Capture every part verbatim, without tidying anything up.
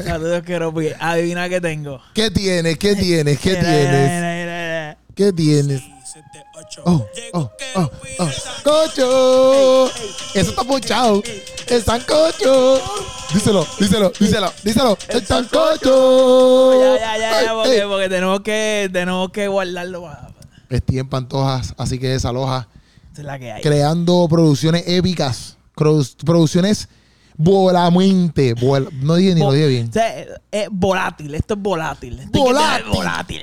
Saludos, Keropi. Adivina qué tengo. ¿Qué tienes? ¿Qué tienes? ¿Qué Mira, tienes? mira, mira, mira. ¿Qué tienes? Oh, oh, oh, oh. ¡Cocho! Eso está ponchado. ¡El sancocho! Díselo, díselo, díselo, díselo. ¡El sancocho! Ya, ya, ya, ya, Ay, porque, ey. porque tenemos que, tenemos que guardarlo. Estoy en Pantojas, así que desaloja. Esa es la que hay. Creando producciones épicas. Produ- producciones volamente. Vol- no dije ni Vo- lo dije bien. O sea, es, es volátil. Esto es volátil. Esto Volátil. Es volátil.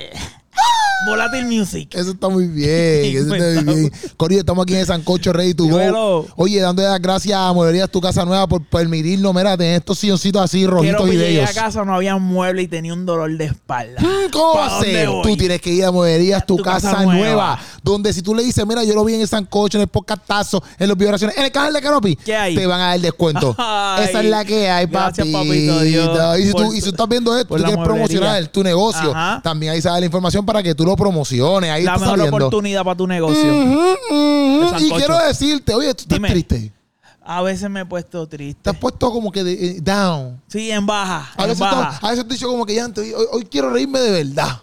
Volátil music. Eso está muy bien. Eso está muy bien. Corillo, estamos aquí en el Sancocho Ready to Go. Dímelo. Oye, dándole las gracias a Mueblerías Tu Casa Nueva por permitirnos, mira, tener estos silloncitos así Quiero rojitos que y llegué a bellos. casa, no había mueble y tenía un dolor de espalda. Mm, ¿Cómo va ¿Pa' a dónde ser? voy? Tú tienes que ir a Mueblerías Tu, Tu casa, Casa nueva. Nueva. Donde si tú le dices, mira, yo lo vi en el Sancocho, en el podcastazo, en los vibraciones, en el canal de Keropi, ¿Qué hay? te van a dar descuento. Ay, Esa es la que hay, gracias, papito. papito Dios, Y si, por tú, y si tu- tú estás viendo esto, por tú la quieres mueblería. promocionar tu negocio, Ajá. también ahí sale la información para que tú lo promociones. Ahí La está mejor saliendo. oportunidad para tu negocio. Ujú, ujú. De Y sancocho. quiero decirte, oye, tú estás Dime. triste. A veces me he puesto triste. Te has puesto como que de, eh, down. Sí, en baja. A en veces, baja. tú- a veces te dicho como que ya hoy, hoy quiero reírme de verdad.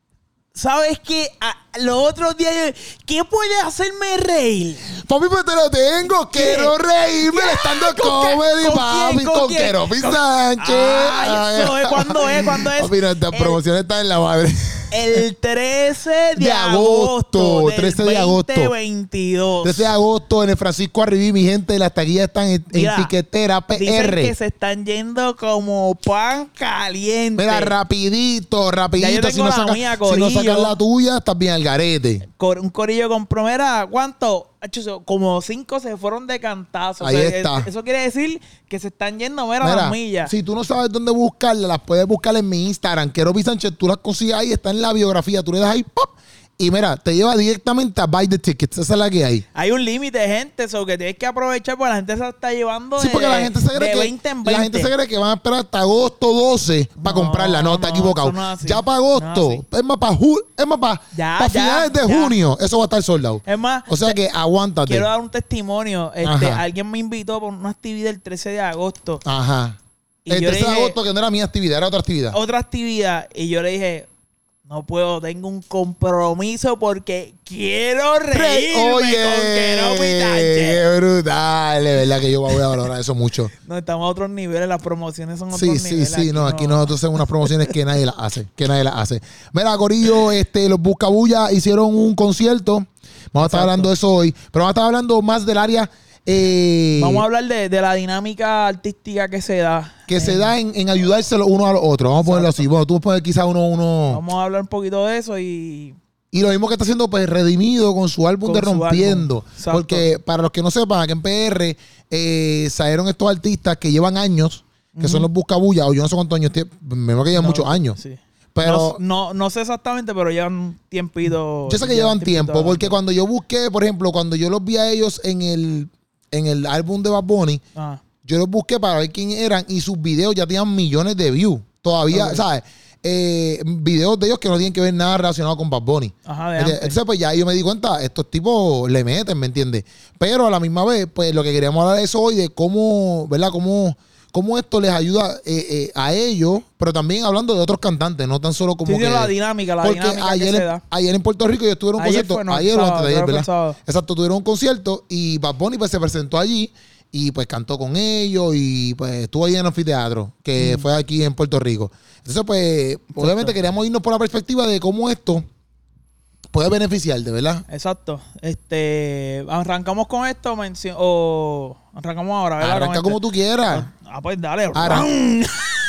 ¿Sabes qué? A- los otros días, yo- ¿qué puede hacerme reír? Papi, pues te lo tengo. Quiero reírme ¿Qué? estando ¿Con qué? comedy, ¿Con papi. quién? Con, ¿Con quién? Keropi ¿Con- Sánchez. Ay, eso es. ¿Cuándo es? ¿Cuándo es? Papi, nuestras El- promociones están en la madre. El trece de, De agosto, agosto. Del trece de agosto. veinte veintidós. trece de agosto en el Francisco Arribí, mi gente. Las taquillas están en, en Mira, Tiquetera P Dicen R. que se están yendo como pan caliente. Mira, rapidito, rapidito. tengo Si no, la sacas, mía, si no corillo. sacas la tuya, estás bien al garete. Cor- un corillo compró, mira, ¿cuánto? Acho, como cinco se fueron de cantazo. Ahí O sea, está. es- Eso quiere decir que se están yendo, mira, Mira, las millas. si tú no sabes dónde buscarlas, las puedes buscar en mi Instagram, Keropi Sánchez. Tú las consigues ahí, está en la biografía. Tú le das ahí, ¡pop! Y mira, te lleva directamente a Buy the Tickets. Esa es la que hay. Hay un límite, gente, eso que tienes que aprovechar porque la gente se está llevando Sí, porque de, la gente se cree de que veinte en veinte. la gente se cree que van a esperar hasta agosto doce para No, comprarla. No, está no, equivocado. eso no es así. Ya para No agosto, es así. es más para ju- es más para Ya, para ya, finales de ya. junio, eso va a estar soldado. Es más, O sea que aguántate. quiero dar un testimonio. Este, Ajá. alguien me invitó por una actividad el trece de agosto. Ajá. Y El yo le trece de dije- agosto, que no era mi actividad, era otra actividad. Otra actividad. Y yo le dije, no puedo, tengo un compromiso porque quiero reírme con Keropi Sánchez. qué brutal. De verdad que yo voy a valorar eso mucho. No, estamos a otros niveles, las promociones son otros Sí, sí, niveles. sí. No, aquí nosotros hacemos unas promociones que nadie las hace. Que nadie las hace. Mira, Corillo, este, los Buscabulla hicieron un concierto. Vamos a estar Exacto. hablando de eso hoy. Pero vamos a estar hablando más del área eh, Vamos a hablar de, de la dinámica artística que se da. que Eh, se da en, en ayudarse los unos a los otros. Vamos a ponerlo así. Bueno, tú puedes quizás uno, uno. Vamos a hablar un poquito de eso y... Y lo mismo que está haciendo pues Redimido con su álbum Con de su Rompiendo. álbum. Exacto. Porque para los que no sepan, aquí en P R eh, salieron estos artistas que llevan años, que son los Buscabulla, o yo no sé cuántos años tienen, menos que llevan No, muchos años. sí. Pero no, no, no sé exactamente, pero llevan un tiempito. yo sé que llevan tiempito tiempo, porque adelante. cuando yo busqué, por ejemplo, cuando yo los vi a ellos en el, en el álbum de Bad Bunny, Ah, yo los busqué para ver quién eran y sus videos ya tenían millones de views. Todavía, Ok. ¿sabes? Eh, videos de ellos que no tienen que ver nada relacionado con Bad Bunny. ajá, de ¿Entiendes? antes. Entonces, pues ya yo me di cuenta, estos tipos le meten, ¿me entiendes? Pero a la misma vez, pues lo que queríamos hablar de eso hoy, de cómo, ¿verdad? Cómo, cómo esto les ayuda eh, eh, a ellos, pero también hablando de otros cantantes, no tan solo como Sí, sí, que... la dinámica, la porque dinámica que ayer, se en, da. ayer en Puerto Rico ellos tuvieron un Ayer concierto, fue, no, ayer o sábado, antes de ayer, creo que fue ¿verdad? sábado. Exacto, tuvieron un concierto y Bad Bunny pues se presentó allí y pues cantó con ellos y pues estuvo ahí en el anfiteatro, que Mm. fue aquí en Puerto Rico. Entonces, pues, obviamente queríamos irnos por la perspectiva de cómo esto puede beneficiar, de verdad. Exacto. Este, arrancamos con esto mencio- o arrancamos ahora, ¿verdad? Arranca Con como este. tú quieras. Ah, pues dale. Arran- ¡rum!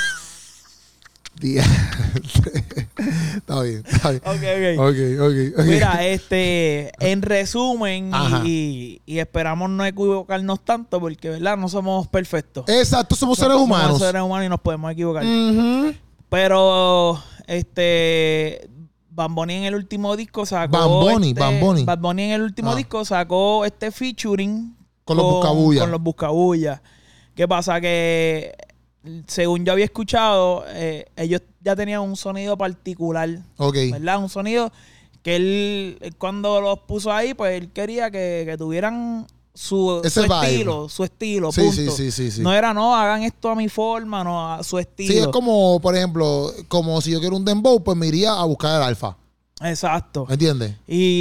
Día. Está bien, está bien. Ok, ok. Ok, ok, ok. Mira, este, en resumen, Ajá. y, y esperamos no equivocarnos tanto, porque, ¿verdad? No somos perfectos. Exacto, somos seres Somos humanos. seres humanos y nos podemos equivocar. Ujú. Pero, este, Bad Bunny en el último disco sacó... Bad Bunny, este, Bad Bunny. Bad Bunny en el último Ah. disco sacó este featuring Con los Buscabulla. Con los Buscabulla. ¿Qué pasa? Que, según yo había escuchado, eh, ellos ya tenían un sonido particular, Ok. ¿verdad? Un sonido que él, él cuando los puso ahí, pues él quería que, que tuvieran su, Ese su vibe. estilo, su estilo, Sí, punto. sí, sí, sí, sí. No era, no, hagan esto a mi forma, no, a su estilo. Sí, es como, por ejemplo, como si yo quiero un dembow, pues me iría a buscar el alfa. Exacto. ¿Me entiendes?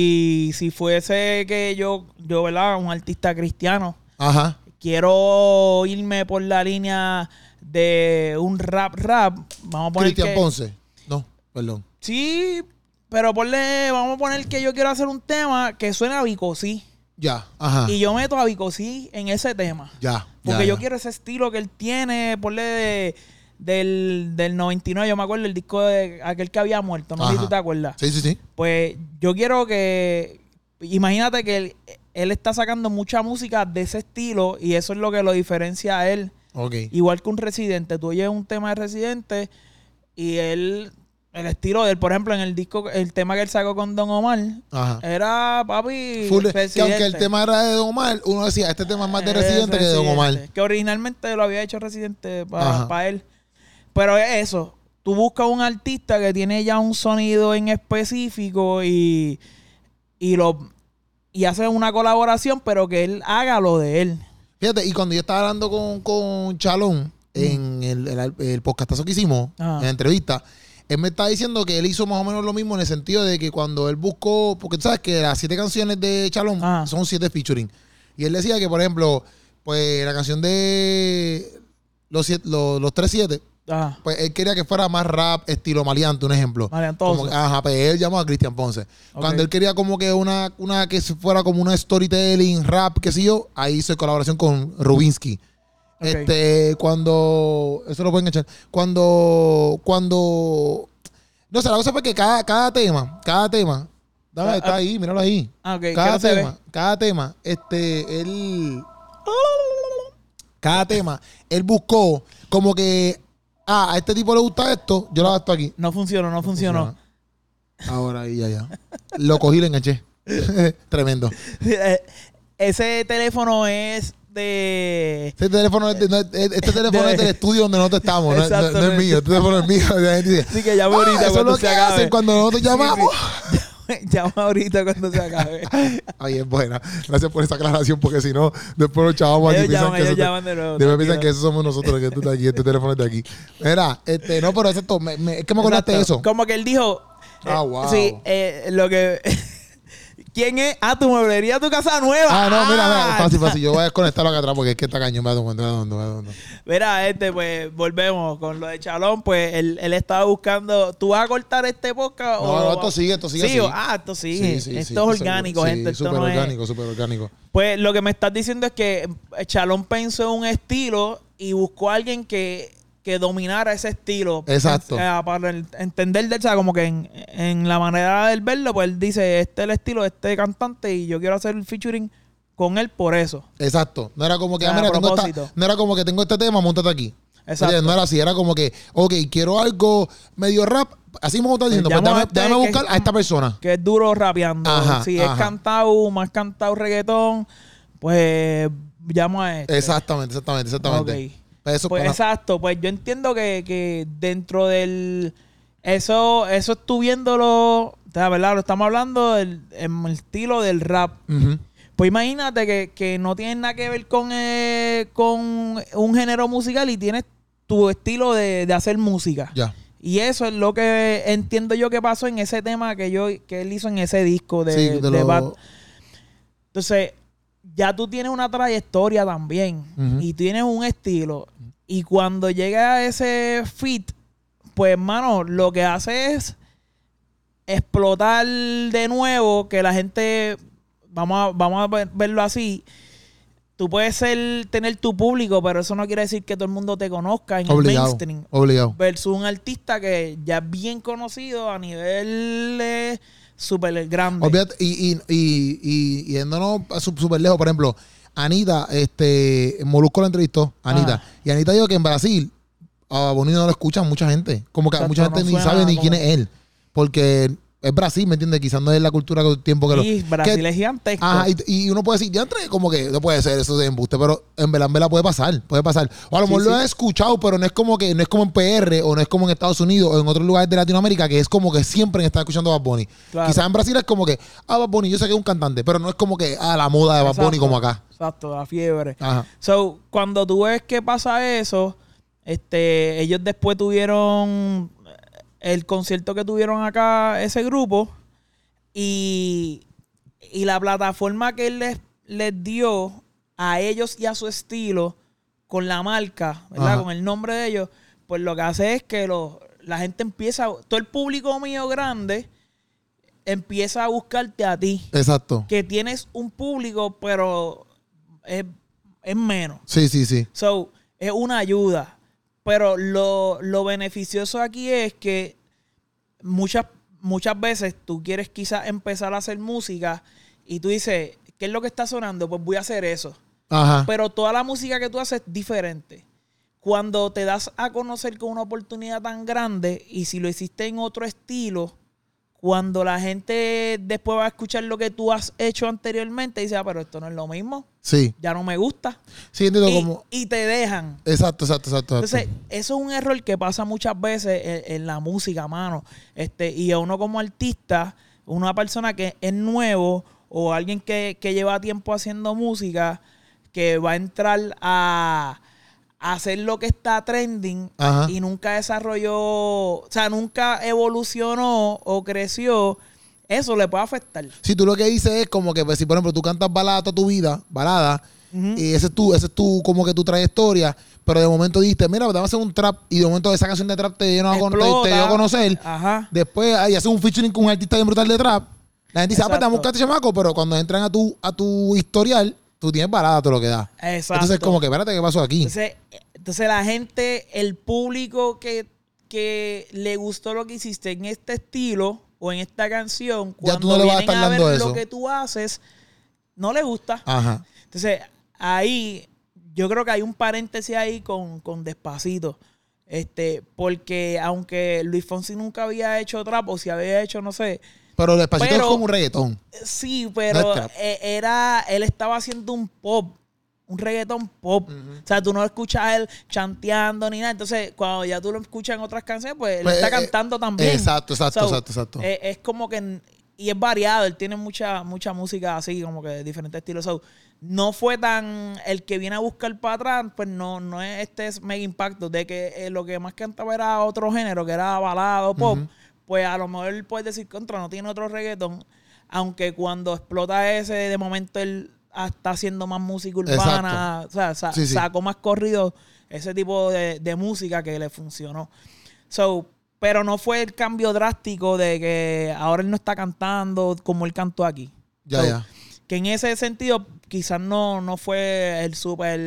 Y si fuese que yo, yo, ¿verdad? Un artista cristiano, Ajá. quiero irme por la línea de un rap rap, vamos a poner Cristian que... Ponce. No, perdón. Sí, pero ponle, vamos a poner que yo quiero hacer un tema que suene a Bicosí. Ya, ajá. Y yo meto a Bicosí en ese tema. Ya. Porque ya, yo ya. quiero ese estilo que él tiene, ponle de, del, del noventa y nueve, yo me acuerdo el disco de aquel que había muerto, no sé si Ajá. tú te acuerdas. Sí, sí, sí. Pues yo quiero que, imagínate que él, él está sacando mucha música de ese estilo y eso es lo que lo diferencia a él. Ok. Igual que un Residente, tú oyes un tema de Residente y él, el estilo de él, por ejemplo, en el disco, el tema que él sacó con Don Omar, Ajá. era, papi, Full de- que Residente. aunque el tema era de Don Omar, uno decía, este tema es más de Es Residente que de Don Omar. Residente, que originalmente lo había hecho Residente Ajá. para él. Pero es eso. Tú buscas un artista que tiene ya un sonido en específico y, y lo y hace una colaboración, pero que él haga lo de él. Fíjate, y cuando yo estaba hablando con, con Chalón en el, el, el podcastazo que hicimos, Ajá. en la entrevista, él me estaba diciendo que él hizo más o menos lo mismo en el sentido de que cuando él buscó, porque tú sabes que las siete canciones de Chalón Ajá. son siete featuring. Y él decía que, por ejemplo, pues la canción de los, siete, los, los tres siete, Ajá. pues él quería que fuera más rap, estilo maleante, un ejemplo. Maleantoso. Como que, ajá, pues él llamó a Cristian Ponce. Ok. Cuando él quería como que una, una que fuera como una storytelling, rap, qué sé yo, ahí hizo colaboración con Rubinsky. Ok. Este, cuando, eso lo pueden echar. Cuando, cuando, no sé, la cosa fue que cada, cada tema, cada tema, dame, Ah, está ah. ahí, míralo ahí. Ah, ok, que Cada no se tema, ve. cada tema, este, él, cada tema, él buscó como que, ah, a este tipo le gusta esto, yo lo adapto aquí. No funcionó, no funcionó. Ahora ahí, ya, ya. Lo cogí y le enganché. Tremendo. Ese teléfono es de... Este teléfono, es de- no es- este teléfono De- es del estudio donde nosotros estamos, no, es- no- no es Exactamente. mío. Este teléfono es mío. La gente dice, Así que llama "Ah, ahorita eso es cuando lo se que acabe. hacen cuando nosotros llamamos. Sí, sí. Llama ahorita cuando se acabe. Ay, es buena. Gracias por esa aclaración, porque si no, después los chavamos aquí Ellos piensan llaman, que ellos eso te- llaman de nuevo. después piensan tranquilo. que eso somos nosotros, que tú estás aquí, este teléfono es de aquí. Mira, este, no, pero exacto, me, me- es que me acordaste de Exacto. eso. Como que él dijo... Ah, eh, wow. Sí, eh, lo que... ¿Quién es? Ah, tu mueblería, tu casa nueva. Ah, no, mira, mira, Ah, fácil, fácil. Yo voy a desconectarlo acá atrás porque es que está cañón. Me da un momento, me da un momento, me da un momento. Mira, este, pues, volvemos con lo de Chalón. Pues, él, él estaba buscando... ¿Tú vas a cortar este podcast? No, o no, esto sigue, esto sigue Sí, así. o- ah, esto sigue. Sí, sí, esto sí, es orgánico, sí, gente. Esto súper no es... orgánico, súper orgánico. Pues lo que me estás diciendo es que Chalón pensó en un estilo y buscó a alguien que, que dominara ese estilo. Exacto. Eh, para el- entender de él, o sea, como que en, en la manera de él verlo, pues él dice, este es el estilo de este cantante y yo quiero hacer el featuring con él por eso. Exacto. No era como que, Ah, ah, mira, a tengo esta- propósito. no era como que tengo este tema, montate aquí. Exacto. ¿Entiendes? No era así, era como que, ok, quiero algo medio rap. Así me está diciendo, pues llamo a déjame, este déjame que- buscar a esta persona. Que es duro rapeando. Ajá, si es ajá. cantado, más cantado reggaetón, pues llamo a este. Exactamente, exactamente, exactamente. Ok. Pues eso, Pues para- exacto, pues yo entiendo que, que dentro del... Eso, eso estoy viéndolo, o sea, ¿verdad? Lo estamos hablando del en el estilo del rap. Ujú. Pues imagínate que, que no tiene nada que ver con, eh, con un género musical y tienes tu estilo de, de hacer música. Ya. Y eso es lo que entiendo yo que pasó en ese tema que yo que él hizo en ese disco de, Sí, de de lo- Bad. Entonces, ya tú tienes una trayectoria también Ujú. y tienes un estilo. Y cuando llega a ese fit, pues, mano, lo que hace es explotar de nuevo, que la gente, vamos a, vamos a ver- verlo así, tú puedes ser, tener tu público, pero eso no quiere decir que todo el mundo te conozca en el Obligado. mainstream. Obligado. Versus un artista que ya es bien conocido a nivel eh, súper grande. Olvídate, y, y, y, y, y yéndonos a su- súper lejos, por ejemplo, Anita, este, Molusco la entrevistó, Anita. Ajá. Y Anita dijo que en Brasil a Bonito no lo escuchan mucha gente. Como que Exacto, mucha gente no ni suena sabe ni como- quién es él. Porque es Brasil, ¿me entiendes? Quizás no es la cultura con el tiempo que lo... Sí, Brasil que, es gigantesco. Ajá, y, y uno puede decir, ya entre como que no puede ser eso de embuste, pero en verdad, en verdad puede pasar, puede pasar. O a lo mejor Sí, lo sí. he escuchado, pero no es como que, no es como en P R o no es como en Estados Unidos o en otros lugares de Latinoamérica, que es como que siempre están escuchando a Bad Bunny. Claro. Quizás en Brasil es como que, ah, Bad Bunny, yo sé que es un cantante, pero no es como que, ah, la moda de Bad Bunny Exacto, como acá. Exacto, la fiebre. Ajá. So, cuando tú ves que pasa eso, este, ellos después tuvieron el concierto que tuvieron acá, ese grupo, y, y la plataforma que él les, les dio a ellos y a su estilo, con la marca, ¿verdad? Ajá. Con el nombre de ellos, pues lo que hace es que lo, la gente empieza, todo el público mío grande, empieza a buscarte a ti. Exacto. Que tienes un público, pero es, es menos. Sí, sí, sí. So, es una ayuda. Pero lo, lo beneficioso aquí es que muchas, muchas veces tú quieres quizás empezar a hacer música y tú dices, ¿qué es lo que está sonando? Pues voy a hacer eso. Ajá. Pero toda la música que tú haces es diferente. Cuando te das a conocer con una oportunidad tan grande y si lo hiciste en otro estilo, cuando la gente después va a escuchar lo que tú has hecho anteriormente, dice, ah, pero esto no es lo mismo. Sí. Ya no me gusta. Sí, entiendo Y, como... y te dejan. Exacto, exacto, exacto. Entonces, exacto. eso es un error que pasa muchas veces en, en la música, mano. Este, y a uno como artista, una persona que es nuevo o alguien que, que lleva tiempo haciendo música, que va a entrar a... hacer lo que está trending. Ajá. Y nunca desarrolló, o sea, nunca evolucionó o creció, eso le puede afectar. Si tú lo que dices es como que, pues, si por ejemplo tú cantas balada toda tu vida, balada, uh-huh. y ese es tu, ese es tu, como que tu trayectoria, pero de momento dijiste, mira, te vamos a hacer un trap, y de momento esa canción de trap te dio a, con, te, te dio a conocer. Ajá. Después ahí haces un featuring con un artista bien brutal de trap. La gente dice, ah, pues te vamos a buscar este chamaco, pero cuando entran a tu, a tu historial, tú tienes balada todo lo que da. Exacto. Entonces, como que, espérate, ¿qué pasó aquí? Entonces, entonces la gente, el público que, que le gustó lo que hiciste en este estilo o en esta canción, cuando ya tú no le vas a estar a dando ver eso. Lo que tú haces, no le gusta. Ajá. Entonces, ahí, yo creo que hay un paréntesis ahí con, con Despacito. Este, porque aunque Luis Fonsi nunca había hecho trap, o si había hecho, no sé... Pero Despacito pero, es como un reggaetón. Sí, pero no era, él estaba haciendo un pop, un reggaetón pop. Uh-huh. O sea, tú no escuchas a él chanteando ni nada. Entonces, cuando ya tú lo escuchas en otras canciones, pues él pues, está eh, cantando también. Exacto, exacto, so, exacto, exacto. Eh, es como que, y es variado, él tiene mucha, mucha música así, como que de diferentes estilos. So, no fue tan, el que viene a buscar para atrás, pues no, no es este es mega impacto de que eh, lo que más cantaba era otro género, que era balado, pop. Uh-huh. Pues a lo mejor él puede decir contra, no tiene otro reggaetón, aunque cuando explota ese, de momento él está haciendo más música urbana, o sea, sa- sí, sí. sacó más corrido, ese tipo de, de música que le funcionó. So, pero no fue el cambio drástico de que ahora él no está cantando como él cantó aquí. Ya, so, ya. Que en ese sentido quizás no, no fue el súper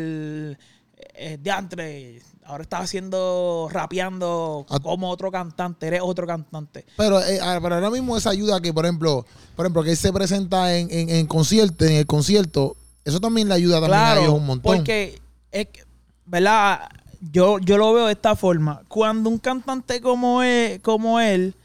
eh, diantre. Ahora estás haciendo, rapeando como otro cantante, eres otro cantante. Pero, eh, pero ahora mismo esa ayuda que, por ejemplo, por ejemplo, que él se presenta en, en, en concierto, en el concierto, eso también le ayuda también claro, a ellos un montón. Porque, es, ¿verdad? Yo, yo lo veo de esta forma. Cuando un cantante como él, como él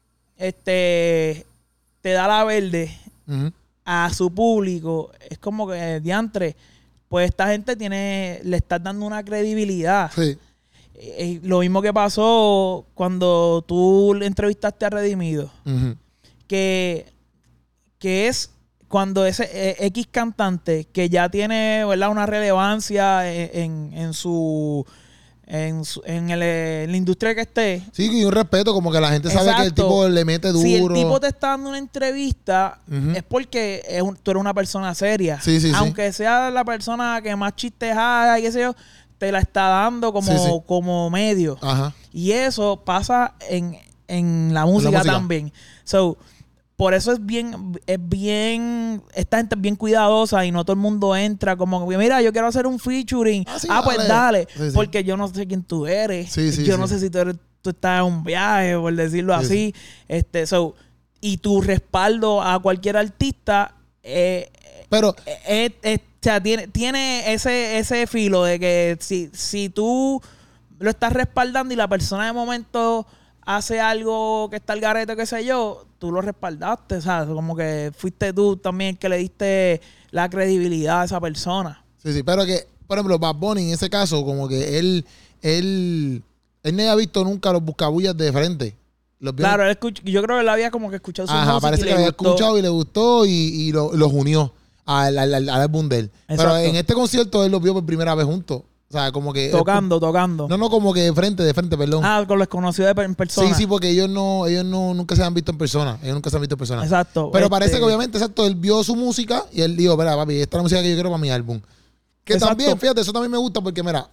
este, te da la verde uh-huh. a su público, es como que diantre. Pues esta gente tiene, le estás dando una credibilidad. Sí. Eh, lo mismo que pasó cuando tú le entrevistaste a Redimido. Uh-huh. Que, que es cuando ese eh, X cantante que ya tiene, ¿verdad?, una relevancia en, en, en su... En, su, en, el, en la industria que esté. Sí, y un respeto, como que la gente sabe Exacto. que el tipo le mete duro. Si el tipo te está dando una entrevista, uh-huh. es porque es un, tú eres una persona seria. Sí, sí, Aunque sí. sea la persona que más chistes haga y qué sé yo, te la está dando como, sí, sí. como medio. Ajá. Y eso pasa en, en la música, la música también. So, por eso es bien, es bien, esta gente es bien cuidadosa y no todo el mundo entra como, mira, yo quiero hacer un featuring. Ah, sí, ah pues dale. Sí, sí. Porque yo no sé quién tú eres. Sí, sí, yo sí. no sé si tú, eres, tú estás en un viaje, por decirlo sí, así. Sí. Este, so, y tu respaldo a cualquier artista eh, Pero eh, eh, eh, o sea, tiene, tiene ese, ese filo de que si, si tú lo estás respaldando y la persona de momento hace algo que está al garete, qué sé yo, tú lo respaldaste, ¿sabes? Como que fuiste tú también que le diste la credibilidad a esa persona. Sí, sí, pero que, por ejemplo, Bad Bunny en ese caso, como que él, él, él no había visto nunca los buscabullas de frente. Los vio- Claro, él escuch- yo creo que él había como que escuchado su Ajá, música parece y que le lo había gustó. escuchado y le gustó y, y lo- los unió al, al, al, al álbum de él. Pero Exacto. en este concierto él los vio por primera vez juntos. O sea, como que... Tocando, tocando. No, no, como que de frente, de frente, perdón. Ah, con los conocidos de, en persona. Sí, sí, porque ellos no, ellos no, nunca se han visto en persona. Ellos nunca se han visto en persona. Exacto. Pero este, parece que obviamente, exacto, él vio su música y él dijo, mira, papi, esta es la música que yo quiero para mi álbum. Que Exacto. también, fíjate, eso también me gusta porque, mira,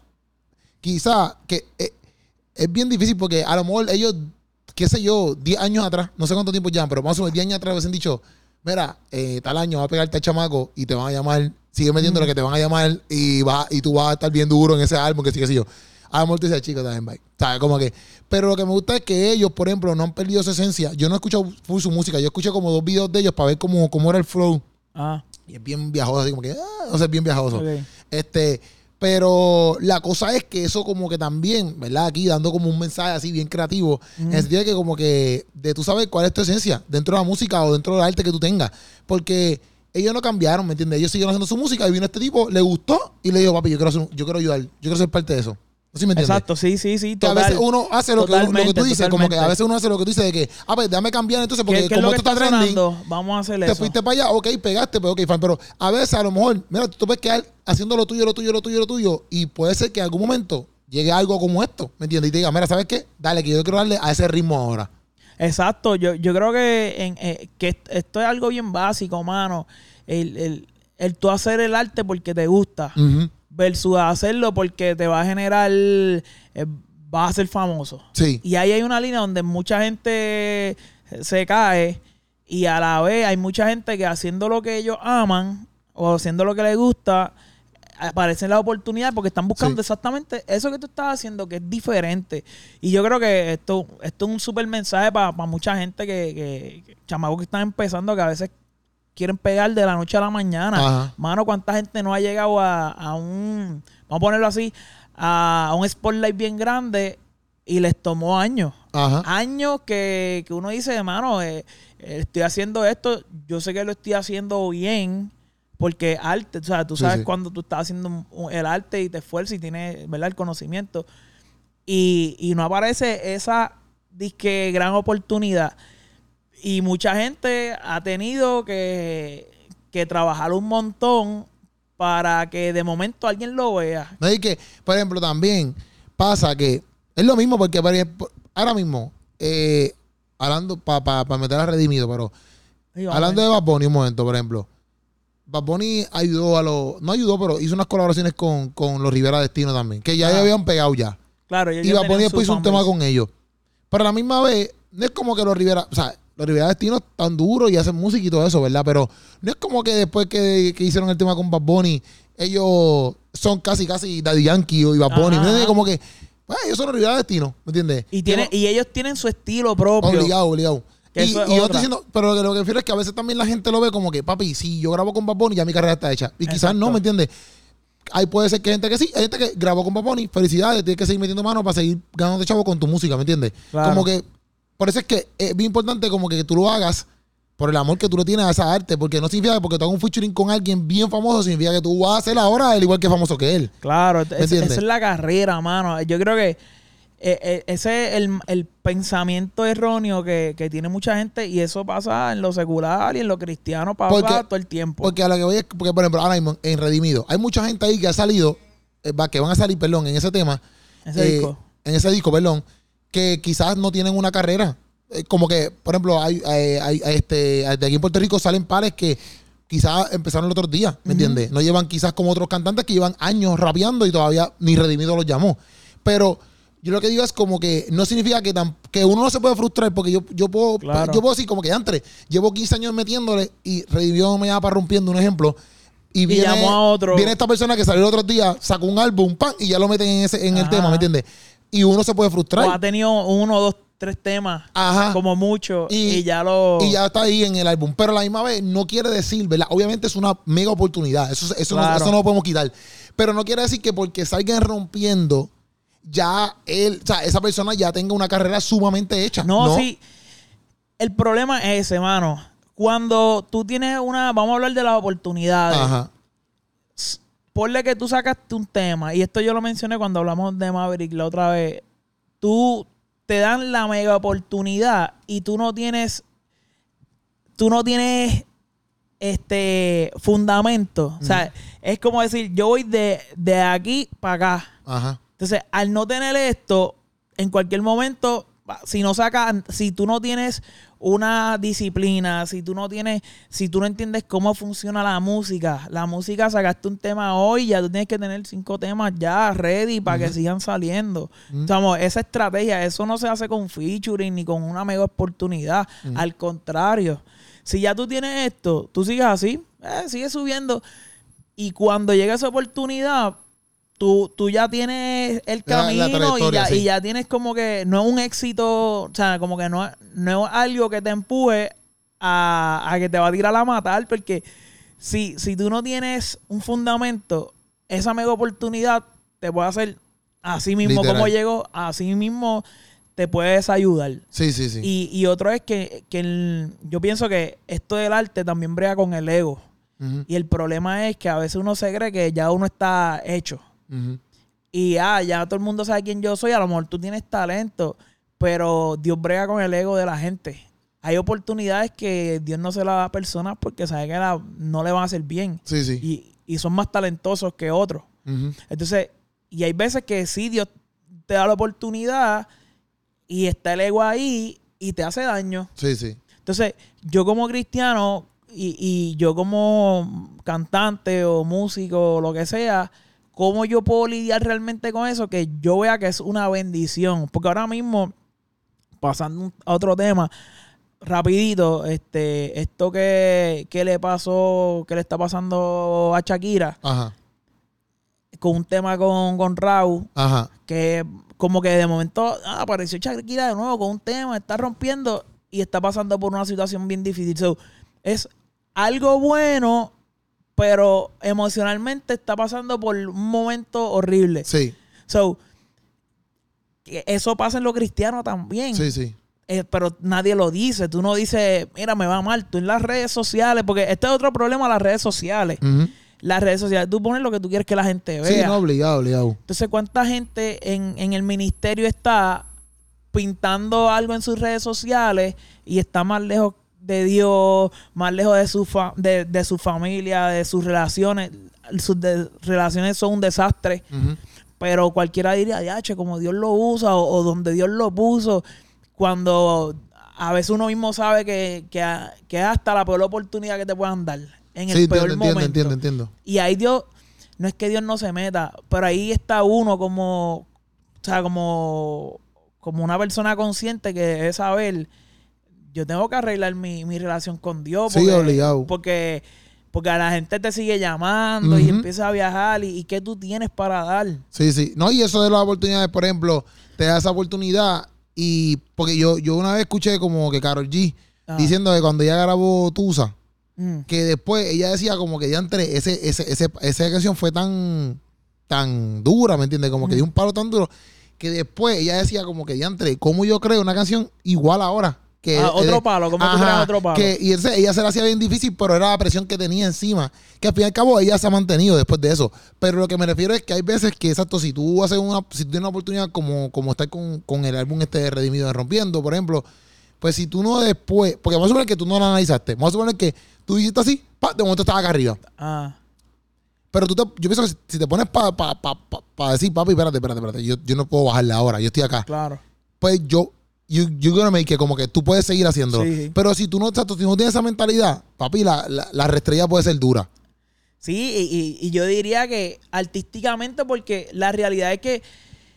quizá que eh, es bien difícil porque a lo mejor ellos, qué sé yo, diez años atrás, no sé cuánto tiempo llevan, pero más o menos diez años atrás les han dicho, mira, eh, tal año va a pegarte al chamaco y te van a llamar, sigue metiendo Mm. lo que te van a llamar y va, y tú vas a estar bien duro en ese álbum, que sí, que sí yo. A lo mejor te dice, chico, también, bye. ¿Sabes? Como que, pero lo que me gusta es que ellos, por ejemplo, no han perdido su esencia. Yo no he escuchado full su música, yo escuché como dos videos de ellos para ver cómo, cómo era el flow. Ah, Y es bien viajoso, así como que, ah, no sé, es bien viajoso. ok. Este, pero la cosa es que eso como que también, ¿verdad? Aquí dando como un mensaje así bien creativo, Mm. en el sentido de que como que de tú sabes cuál es tu esencia dentro de la música o dentro del arte que tú tengas. Porque ellos no cambiaron, ¿me entiendes? Ellos siguieron haciendo su música y vino este tipo, le gustó y le dijo, papi, yo quiero, hacer, yo quiero ayudar, yo quiero ser parte de eso. ¿Sí me entiendes? Exacto, sí, sí, sí. Que a Total. veces uno hace lo que, uno- lo que Totalmente, tú dices, como que a totalmente. veces uno hace lo que tú dices de que, ah, pues déjame cambiar entonces, porque ¿Qué, qué es como lo que esto está está trending, sonando? Vamos a hacer te eso. fuiste para allá, ok, pegaste, pero ok, fine. Pero a veces a lo mejor, mira, tú puedes quedar haciendo lo tuyo, lo tuyo, lo tuyo, lo tuyo, y puede ser que en algún momento llegue algo como esto, ¿me entiendes? Y te diga, mira, ¿sabes qué? Dale, que yo quiero darle a ese ritmo ahora. Exacto, yo, yo creo que, en, eh, que est- esto es algo bien básico, mano. El, el, el tú hacer el arte porque te gusta Ujú. versus hacerlo porque te va a generar, eh, vas a ser famoso. Sí. Y ahí hay una línea donde mucha gente se cae y a la vez hay mucha gente que haciendo lo que ellos aman o haciendo lo que les gusta, aparecen las oportunidades porque están buscando Sí. exactamente eso que tú estás haciendo, que es diferente. Y yo creo que esto, esto es un súper mensaje para mucha gente que, que, que chamacos que están empezando, que a veces quieren pegar de la noche a la mañana. Ajá. Mano, ¿cuánta gente no ha llegado a, a un, vamos a ponerlo así, a un spotlight bien grande y les tomó años? Ajá. Años que, que uno dice, hermano, eh, eh, estoy haciendo esto, yo sé que lo estoy haciendo bien, porque arte, o sea, tú Sí, sabes sí. cuando tú estás haciendo un- un- el arte y te esfuerzas y tienes, ¿verdad?, el conocimiento. Y, y no aparece esa disque gran oportunidad. Y mucha gente ha tenido que, que trabajar un montón para que de momento alguien lo vea. No es que, por ejemplo, también pasa que es lo mismo porque por ejemplo, ahora mismo, eh, hablando para pa, pa meter a Redimido, pero Y vamos hablando a de ver. Bad Bunny un momento, por ejemplo. Bad Bunny ayudó a los... No ayudó, pero hizo unas colaboraciones con, con los Rivera Destino también. Que ya Ajá. ellos habían pegado ya. Claro, ellos Y Bad Bunny tenían después su hizo un tema fanbase. con ellos. Pero a la misma vez, no es como que los Rivera... O sea, los Rivera Destino están duros y hacen música y todo eso, ¿verdad? Pero no es como que después que, que hicieron el tema con Bad Bunny, ellos son casi, casi Daddy Yankee y Bad Bunny. Ajá, ¿Me entiendes? ajá. Como que... Pues, ellos son los Rivera Destino, ¿me entiendes? Y, tiene, Que y ellos tienen su estilo propio. no- Obligado, obligado. Que Y, eso es y yo otra. estoy diciendo, pero lo que, lo que refiero es que a veces también la gente lo ve como que, papi, si yo grabo con Bad Bunny, ya mi carrera está hecha. Y quizás Exacto. no, ¿me entiendes? Ahí puede ser que hay gente que sí, hay gente que grabó con Bad Bunny, felicidades, tienes que seguir metiendo mano para seguir ganando chavo con tu música, ¿me entiendes? Claro. Como que, por eso es que es bien importante como que tú lo hagas por el amor que tú le tienes a esa arte, porque no significa que porque tú hagas un featuring con alguien bien famoso, significa que tú vas a hacer ahora el igual que famoso que él. Claro, es- entiendes? esa es la carrera, mano. Yo creo que eh, eh, ese es el, el pensamiento erróneo que, que tiene mucha gente y eso pasa en lo secular y en lo cristiano para Porque- todo el tiempo. Porque a lo que voy es, porque por ejemplo, ahora mismo en Redimido, hay mucha gente ahí que ha salido, eh, va- que van a salir, perdón, en ese tema, ese eh, disco. en ese disco, perdón, que quizás no tienen una carrera. Eh, como que, por ejemplo, hay, hay, hay- hay, este, de aquí en Puerto Rico salen pares que quizás empezaron el otro día, ¿me Ujú. entiendes? No llevan quizás como otros cantantes que llevan años rapeando y todavía ni Redimido los llamó. Pero yo lo que digo es como que no significa que, tan, que uno no se puede frustrar porque yo, yo puedo Claro. yo puedo decir como que antes llevo quince años metiéndole y Redimido me llama para rompiendo un ejemplo. Y viene, llamó a otro. viene esta persona que salió el otro día, sacó un álbum, pan, y ya lo meten en, ese, en el Ajá. tema, ¿me entiendes? Y uno se puede frustrar. O ha tenido uno, dos, tres temas, Ajá. como mucho, y, Y- ya lo... Y ya está ahí en el álbum. Pero a la misma vez no quiere decir, ¿verdad? Obviamente es una mega oportunidad. Eso, eso, no, Claro. eso no lo podemos quitar. Pero no quiere decir que porque salgan rompiendo, ya él, o sea, esa persona ya tenga una carrera sumamente hecha. No, no, sí. El problema es ese, mano. Cuando tú tienes una... Vamos a hablar de las oportunidades. Ajá. Ponle que tú sacaste un tema, y esto yo lo mencioné cuando hablamos de Maverick la otra vez. Tú te dan la mega oportunidad y tú no tienes... Tú no tienes este fundamento. Mm. O sea, es como decir, yo voy de, de aquí para acá. Ajá. Entonces, al no tener esto, en cualquier momento, si no sacas, si tú no tienes una disciplina, si tú no tienes, si tú no entiendes cómo funciona la música, la música sacaste un tema hoy, ya tú tienes que tener cinco temas ya ready para uh-huh. que sigan saliendo. Uh-huh. Estamos, esa estrategia, eso no se hace con featuring ni con una mega oportunidad. Uh-huh. Al contrario, si ya tú tienes esto, tú sigues así, eh, sigues subiendo, y cuando llega esa oportunidad, Tú, tú ya tienes el camino la, la y, ya, sí. y ya tienes como que no es un éxito, o sea, como que no, no es algo que te empuje a, a que te va a tirar a matar, porque si, si tú no tienes un fundamento, esa mega oportunidad te puede hacer así mismo Literal. Como llegó, así mismo te puedes ayudar. Sí, sí, sí. Y, y otro es que, que el, yo pienso que esto del arte también brega con el ego. Uh-huh. Y el problema es que a veces uno se cree que ya uno está hecho. Uh-huh. Y ah, ya todo el mundo sabe quién yo soy. A lo mejor tú tienes talento, pero Dios brega con el ego de la gente. Hay oportunidades que Dios no se las da a personas porque sabe que la, no le van a hacer bien. Sí, sí. Y, y son más talentosos que otros. Uh-huh. Entonces, y hay veces que sí, Dios te da la oportunidad y está el ego ahí y te hace daño. Sí, sí. Entonces, yo como cristiano y, y yo como cantante o músico o lo que sea, ¿cómo yo puedo lidiar realmente con eso? Que yo vea que es una bendición. Porque ahora mismo, pasando a otro tema, rapidito, este, esto que, que le pasó, que le está pasando a Shakira, Ajá. con un tema con, con Raúl, Ajá. que como que de momento ah, apareció Shakira de nuevo con un tema, está rompiendo y está pasando por una situación bien difícil. So, es algo bueno, pero emocionalmente está pasando por un momento horrible. Sí. So, eso pasa en lo cristiano también. Sí, sí. Eh, pero nadie lo dice. Tú no dices, mira, me va mal. Tú en las redes sociales, porque este es otro problema, las redes sociales. Uh-huh. Las redes sociales, tú pones lo que tú quieres que la gente vea. Sí, no, obligado, obligado. Entonces, ¿cuánta gente en, en el ministerio está pintando algo en sus redes sociales y está más lejos de Dios, más lejos de su fa- de, de su familia, de sus relaciones? Sus de- relaciones son un desastre. Uh-huh. Pero cualquiera diría, diache, como Dios lo usa o, o donde Dios lo puso, cuando a veces uno mismo sabe que, que, que es hasta la peor oportunidad que te puedan dar. En el sí, peor entiendo, momento. Entiendo, entiendo. Y ahí Dios, no es que Dios no se meta, pero ahí está uno como, o sea, como, como una persona consciente que debe saber, yo tengo que arreglar mi, mi relación con Dios. Porque, sí, obligado. Porque, porque a la gente te sigue llamando uh-huh. y empieza a viajar y, y ¿qué tú tienes para dar? Sí, sí. No, y eso de las oportunidades, por ejemplo, te da esa oportunidad y porque yo, yo una vez escuché como que Karol G ah. diciendo que cuando ella grabó Tusa, mm. que después ella decía como que ya entre ese, ese, ese, esa canción fue tan, tan dura, ¿me entiendes? Como mm. que dio un palo tan duro que después ella decía como que ya entre, ¿cómo yo creo una canción igual ahora? Que, ah, otro eh, palo, ¿cómo ajá, tú creas otro palo? Que, y ese, ella se la hacía bien difícil, pero era la presión que tenía encima. Que al fin y al cabo ella se ha mantenido después de eso. Pero lo que me refiero es que hay veces que, exacto, si tú haces una, si tú tienes una oportunidad como, como estar con, con el álbum este de Redimido de Rompiendo, por ejemplo, pues si tú no después, porque vamos a suponer que tú no la analizaste, vamos a suponer que tú hiciste así, pa, de momento estaba acá arriba. Ah. Pero tú te, yo pienso que si, si te pones para pa, pa, pa, pa decir, papi, espérate, espérate, espérate, yo, yo no puedo bajarla ahora, yo estoy acá. Claro. Pues yo, you, you're gonna make it, como que tú puedes seguir haciéndolo. Sí, sí. Pero si tú no, si no tienes esa mentalidad, papi, la, la, la reestrella puede ser dura. Sí, y, y, y yo diría que artísticamente, porque la realidad es que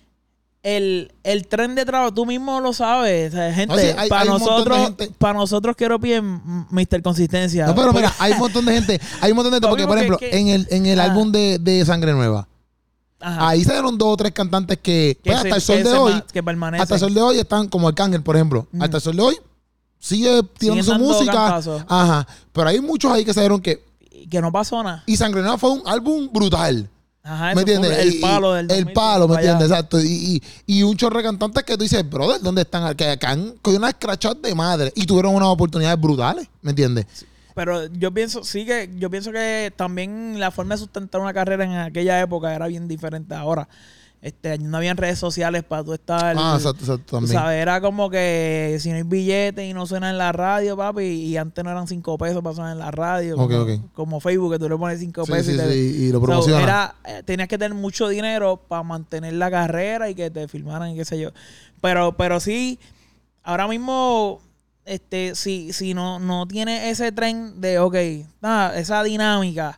el, el tren de trabajo, tú mismo lo sabes, o sea, gente, no, sí, hay, para hay nosotros, para nosotros quiero bien mister Consistencia. No, pero mira, hay un montón de gente, hay un montón de gente, porque por ejemplo, que, que, en el, en el ah, álbum de, de Sangre Nueva, ajá, ahí salieron dos o tres cantantes que, que pues, se, hasta el sol de hoy, que hasta el sol de hoy están como Arcángel, por ejemplo, mm. hasta el sol de hoy sigue tirando su música, cantazos. Ajá, pero hay muchos ahí que salieron que que no pasó nada. Y Sangre Nueva fue un álbum brutal. Ajá, ¿me entiendes? El palo del El palo, ¿me entiendes? Exacto. Y, y, y un chorro de cantantes que tú dices, brother, ¿dónde están? Que, que han cogido unas scratchas de madre y tuvieron unas oportunidades brutales, ¿me entiendes? Sí. Pero yo pienso, sí que, yo pienso que también la forma de sustentar una carrera en aquella época era bien diferente ahora. Este, no habían redes sociales para tú estar. Ah, exacto, exacto, también. ¿Sabes? Era como que si no hay billetes y no suena en la radio, papi, y antes no eran cinco pesos para sonar en la radio. Okay, como, okay. como Facebook, que tú le pones cinco sí, pesos sí, y, te, sí, y lo promocionas. So, era, eh, tenías que tener mucho dinero para mantener la carrera y que te filmaran y qué sé yo. Pero, pero sí, ahora mismo, este, si, si no, no tiene ese tren de, ok, nada, esa dinámica.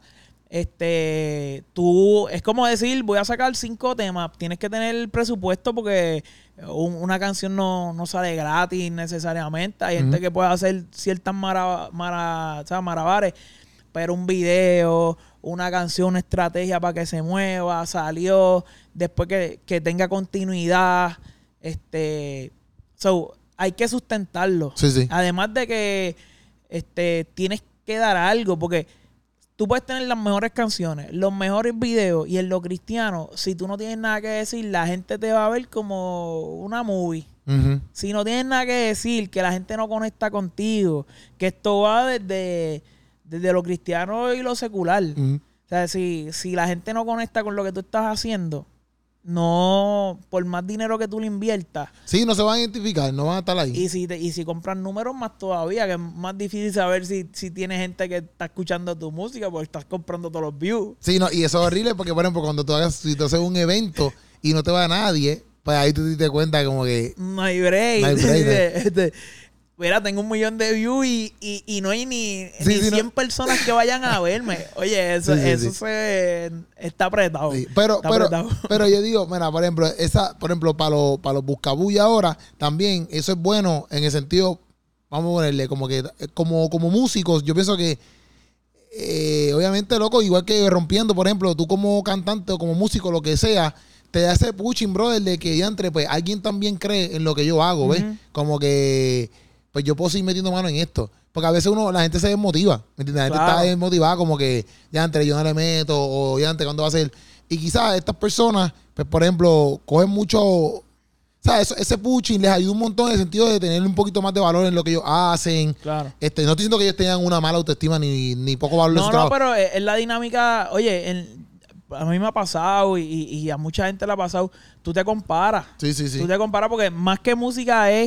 Este, tú, es como decir, voy a sacar cinco temas, tienes que tener el presupuesto porque un, una canción no, no sale gratis necesariamente. Hay uh-huh. gente que puede hacer ciertas mara, mara, o sea, marabares, pero un video, una canción, una estrategia para que se mueva, salió, después que, que tenga continuidad, este, so, hay que sustentarlo. Sí, sí. Además de que este, tienes que dar algo, porque tú puedes tener las mejores canciones, los mejores videos y en lo cristiano, si tú no tienes nada que decir, la gente te va a ver como una movie. Uh-huh. Si no tienes nada que decir, que la gente no conecta contigo, que esto va desde, desde lo cristiano y lo secular. Uh-huh. O sea, si, si la gente no conecta con lo que tú estás haciendo, no, por más dinero que tú le inviertas. Sí, no se van a identificar, no van a estar ahí. Y si te, y si compran números, más todavía, que es más difícil saber si, si tienes gente que está escuchando tu música porque estás comprando todos los views. Sí, no, y eso es horrible porque, por ejemplo, cuando tú hagas, si tú haces un evento y no te va a nadie, pues ahí tú te das cuenta como que... No hay break. No hay break. este, mira, tengo un millón de views y, y, y no hay ni, sí, ni sí, cien no. personas que vayan a verme. Oye, eso, sí, sí, eso sí. se está apretado. Sí, pero, está pero, apretado. pero yo digo, mira, por ejemplo, esa, por ejemplo, para los para los buscabulla ahora, también eso es bueno en el sentido, vamos a ponerle, como que, como, como músicos, yo pienso que eh, obviamente, loco, igual que rompiendo, por ejemplo, tú como cantante o como músico, lo que sea, te da ese pushing, brother, de que ya entre, pues, alguien también cree en lo que yo hago, ¿ves? Uh-huh. Como que, pues, yo puedo seguir metiendo mano en esto. Porque a veces uno, la gente se desmotiva, ¿me entiendes? La gente claro. está desmotivada como que, ya entre, yo no le meto, o ya entre, ¿cuándo va a ser? Y quizás estas personas, pues, por ejemplo, cogen mucho, o sea, eso, ese pushing les ayuda un montón en el sentido de tener un poquito más de valor en lo que ellos hacen. Claro. Este, no estoy diciendo que ellos tengan una mala autoestima ni, ni poco valor. No, no, pero es la dinámica, oye, en, a mí me ha pasado y, y a mucha gente le ha pasado. Tú te comparas. Sí, sí, sí. Tú te comparas porque más que música es,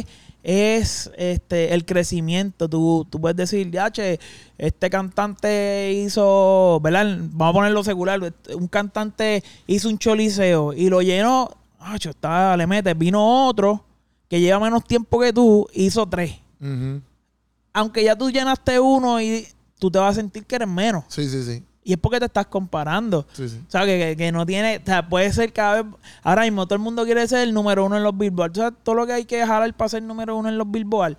es este el crecimiento. Tú, tú puedes decir, ya, che, este cantante hizo, ¿verdad? Vamos a ponerlo secular. Un cantante hizo un choliseo y lo llenó. Acho, está, le metes. Vino otro que lleva menos tiempo que tú, hizo tres. Uh-huh. Aunque ya tú llenaste uno y tú te vas a sentir que eres menos. Sí, sí, sí. Y es porque te estás comparando. Sí, sí. O sea, que, que, que no tiene... O sea, puede ser cada vez... Ahora mismo todo el mundo quiere ser el número uno en los Billboard. O sea, todo lo que hay que dejar para ser número uno en los Billboard.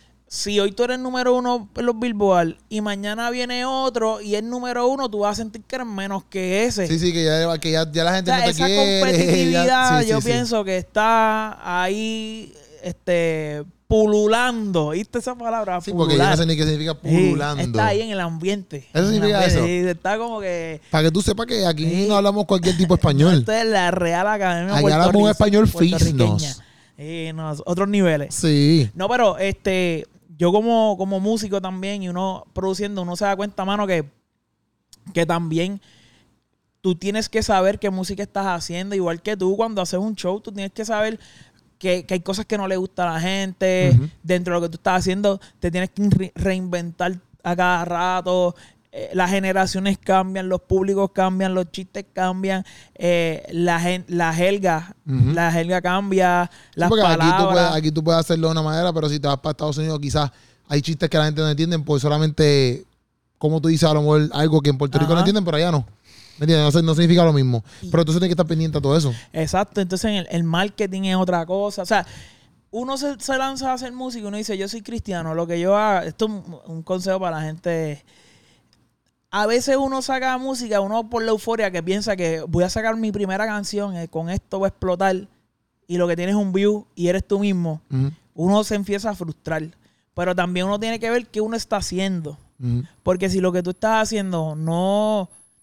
Si hoy tú eres número uno en los Billboard y mañana viene otro y es número uno, tú vas a sentir que eres menos que ese. Sí, sí, que ya, que ya, ya la gente o sea, no te esa quiere. competitividad Ya, sí, yo sí, pienso sí. que está ahí este, pululando. ¿Viste esa palabra? Sí, pulular. porque yo no sé ni qué significa pululando. Sí, está ahí en el ambiente. ¿Eso significa eso? Sí, está como que... Para que tú sepas que aquí sí. no hablamos cualquier tipo de español. Esto es la Real Academia Aquí hablamos un español puertorriqueña. fisnos. Sí, no, otros niveles. Sí. No, pero este... Yo como, como músico también y uno produciendo, uno se da cuenta, mano, que, que también tú tienes que saber qué música estás haciendo. Igual que tú cuando haces un show, tú tienes que saber que, que hay cosas que no le gustan a la gente. Uh-huh. Dentro de lo que tú estás haciendo, te tienes que re- reinventar a cada rato. Eh, las generaciones cambian, los públicos cambian, los chistes cambian, eh, la, gen- la jerga, uh-huh. la jerga cambia, sí, las porque palabras. Aquí tú, puedes, aquí tú puedes hacerlo de una manera, pero si te vas para Estados Unidos, quizás hay chistes que la gente no entiende, pues solamente, como tú dices, a lo mejor algo que en Puerto Rico Ajá. no entienden, pero allá no. ¿Me entiendes? No, no significa lo mismo. Pero entonces tienes que estar pendiente a todo eso. Exacto. Entonces el, el marketing es otra cosa. O sea, uno se, se lanza a hacer música y uno dice, yo soy cristiano, lo que yo hago, esto es un, un consejo para la gente. A veces uno saca música, uno por la euforia que piensa que voy a sacar mi primera canción, eh, con esto voy a explotar, y lo que tienes es un view y eres tú mismo, uh-huh. uno se empieza a frustrar. Pero también uno tiene que ver qué uno está haciendo. Uh-huh. Porque si lo que tú estás haciendo no,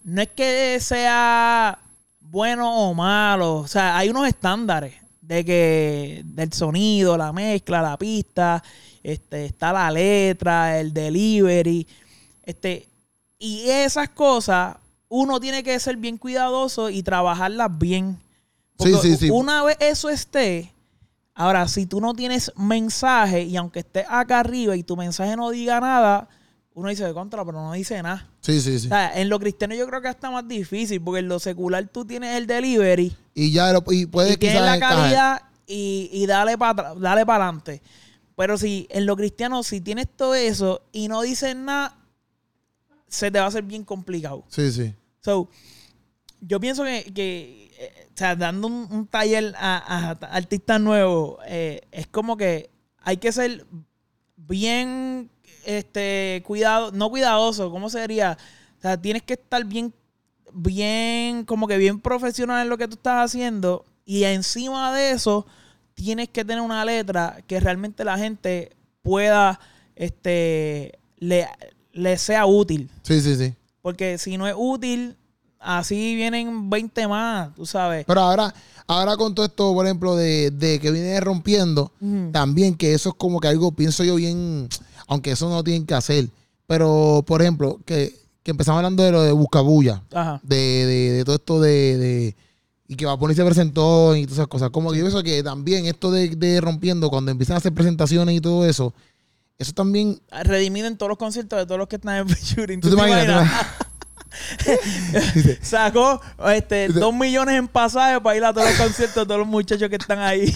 no es que sea bueno o malo. O sea, hay unos estándares de que del sonido, la mezcla, la pista, este, está la letra, el delivery, este, y esas cosas uno tiene que ser bien cuidadoso y trabajarlas bien. Porque sí, sí, sí. Una vez eso esté, ahora, si tú no tienes mensaje y aunque estés acá arriba y tu mensaje no diga nada, uno dice de contra, pero no dice nada. Sí, sí, sí. O sea, en lo cristiano yo creo que está más difícil, porque en lo secular tú tienes el delivery Y ya lo, y puedes y tienes quizás la encajar. calidad y, y dale para dale para adelante. Pero si en lo cristiano, si tienes todo eso y no dices nada, se te va a hacer bien complicado. Sí, sí. So, yo pienso que, que eh, o sea, dando un, un taller a, a artistas nuevos, eh, es como que hay que ser bien este cuidado, no cuidadoso, ¿cómo sería? O sea, tienes que estar bien, bien, como que bien profesional en lo que tú estás haciendo, y encima de eso, tienes que tener una letra que realmente la gente pueda, este, le, le sea útil. Sí, sí, sí. Porque si no es útil, así vienen veinte más, tú sabes. Pero ahora, ahora con todo esto, por ejemplo, de, de que viene rompiendo, Ujú. también que eso es como que algo, pienso yo bien, aunque eso no lo tienen que hacer. Pero, por ejemplo, que, que empezamos hablando de lo de Buscabulla, Ajá. de, de, de todo esto de, de y que Bad Bunny se presentó y todas esas cosas. Como que yo pienso que también esto de, de rompiendo, cuando empiezan a hacer presentaciones y todo eso, eso también. Redimido en todos los conciertos de todos los que están en featuring. ¿Tú te imaginas? Dice, Sacó este, Dice- dos millones en pasajes para ir a todos los conciertos de todos los muchachos que están ahí.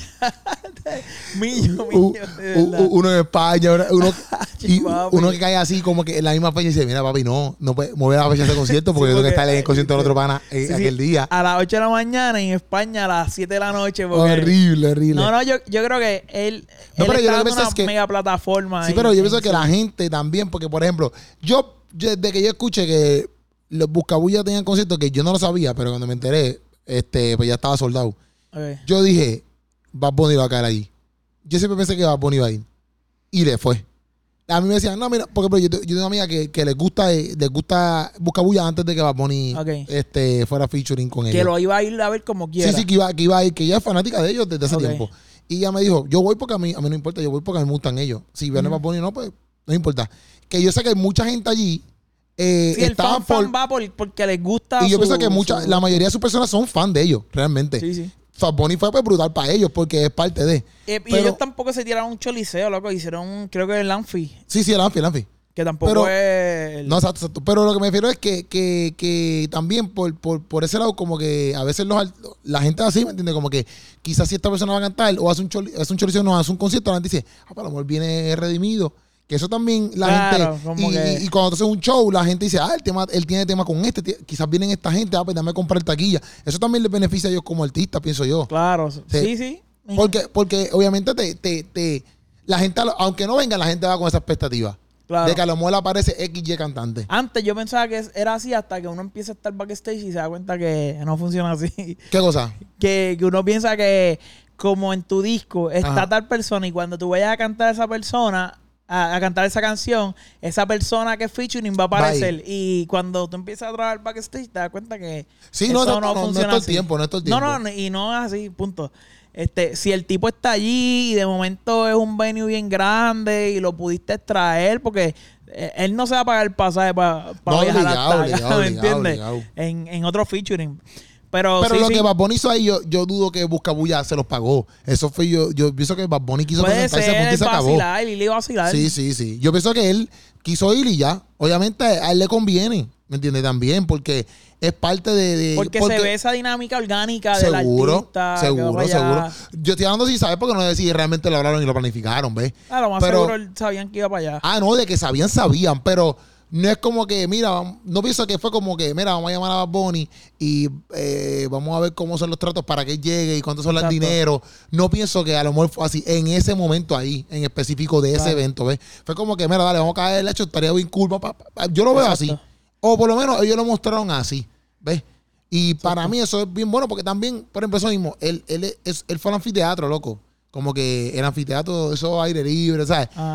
Millo, u- millo, de u- verdad. u- uno en España, uno, uno- y Papi. uno que cae así como que en la misma fecha y dice, mira papi, no, no puede mover la fecha de ese concierto porque Sí, yo tengo que porque- estar en el concierto del otro pana eh, Sí, sí. aquel día. A las ocho de la mañana y en España a las siete de la noche. Porque... Horrible, horrible. No, no, yo, yo creo que él, No, él pero yo está lo que dando pienso una es que- mega plataforma. Sí, ahí pero yo en pienso que su- la gente también, porque por ejemplo, yo, yo desde que yo escuché que los Buscabulla tenían conciertos, que yo no lo sabía, pero cuando me enteré, este, pues ya estaba soldado. Ok. Yo dije, Bad Bunny va a caer allí. Yo siempre pensé que Bad Bunny iba a ir. Y le fue. A mí me decían, no, mira, porque pero yo, yo tengo una amiga que, que les gusta, eh, les gusta Buscabulla antes de que Bad Bunny Ok. este, fuera featuring con Que ellos. lo iba a ir a ver como quiera. Sí, sí, que iba, que iba a ir, que ella es fanática de ellos desde hace Ok. tiempo. Y ella me dijo, yo voy porque a mí, a mí no importa, yo voy porque a mí me gustan ellos. Si viene Ujú. Bad Bunny o no, pues no importa. Que yo sé que hay mucha gente allí eh, Sí, el estaban fan, por... fan va por, porque les gusta. Y yo su- pienso que mucha, su- la mayoría de sus personas son fan de ellos, realmente. Sí, sí. Bad Bunny fue pues, brutal para ellos porque es parte de... Eh, y Pero- ellos tampoco se tiraron un choliseo, loco. Hicieron, un- creo que el Anfi, Sí, sí, el Anfi, el Anfi. que tampoco Pero- es... el- No, exacto, exacto. Pero lo que me refiero es que, que, que también por, por, por ese lado, como que a veces los, art- la gente así, ¿me entiendes? Como que quizás si esta persona va a cantar o hace un, choli, hace un chorizo, no hace un concierto, la gente dice, ah, pues a lo mejor viene redimido. Que eso también la Claro, gente... como Y, que- y- y cuando tú haces un show, la gente dice, ah, el tema, él tiene tema con este, ti- quizás vienen esta gente, ah, pues dame a comprar taquilla. Eso también les beneficia a ellos como artistas, pienso yo. Claro, sí, sí. Porque, porque obviamente te, te, te, la gente, aunque no venga, la gente va con esa expectativa. Claro. De que a lo mejor aparece X Y cantante. Antes yo pensaba que era así hasta que uno empieza a estar backstage y se da cuenta que no funciona así. ¿Qué cosa? que, que uno piensa que como en tu disco está Ajá. tal persona y cuando tú vayas a cantar a esa persona, a, a cantar esa canción, esa persona que es featuring va a Va a ir. aparecer. Y cuando tú empiezas a trabajar backstage te das cuenta que Sí, no, eso no, no, no es funciona todo el así. tiempo, no es todo el No, tiempo. no, y no es así, punto. Este, si el tipo está allí y de momento es un venue bien grande y lo pudiste extraer, porque eh, él no se va a pagar el pasaje para No, viajar obligado, hasta acá, obligado, ¿me entiendes? obligado. En, en otro featuring. Pero, Pero sí, lo sí, que Bad Bunny hizo ahí, yo, yo dudo que Buscabulla se los pagó. Eso fue yo, yo pienso que Bad Bunny quiso puede presentarse a punto y ser se acabó. vacilar y le iba a vacilar. Sí, sí, sí. Yo pienso que él quiso ir y ya. Obviamente a él le conviene, ¿me entiendes? También, porque es parte de... de- Porque, se ve esa dinámica orgánica del Seguro, artista. que seguro, va para seguro. allá. Yo estoy hablando sin saber porque no sé si realmente lo hablaron y lo planificaron, ¿ves? Ah, lo más Pero- seguro él sabían que iba para allá. Ah, no, de que sabían, sabían, pero no es como que, mira, vam- no pienso que fue como que, mira, vamos a llamar a Bad Bunny y eh, vamos a ver cómo son los tratos para que él llegue y cuánto son los Exacto. dineros. No pienso que a lo mejor fue así en ese momento ahí, en específico de ese Claro. evento, ¿ves? Fue como que, mira, dale, vamos a caer el hecho, estaría bien cool. pa, pa, pa. Yo lo veo Exacto. así. O por lo menos ellos lo mostraron así, ¿ves? Y para Exacto. mí eso es bien bueno porque también, por ejemplo, eso mismo, él, él, es, él fue al anfiteatro, loco. Como que el anfiteatro, eso aire libre, ¿sabes? Ah.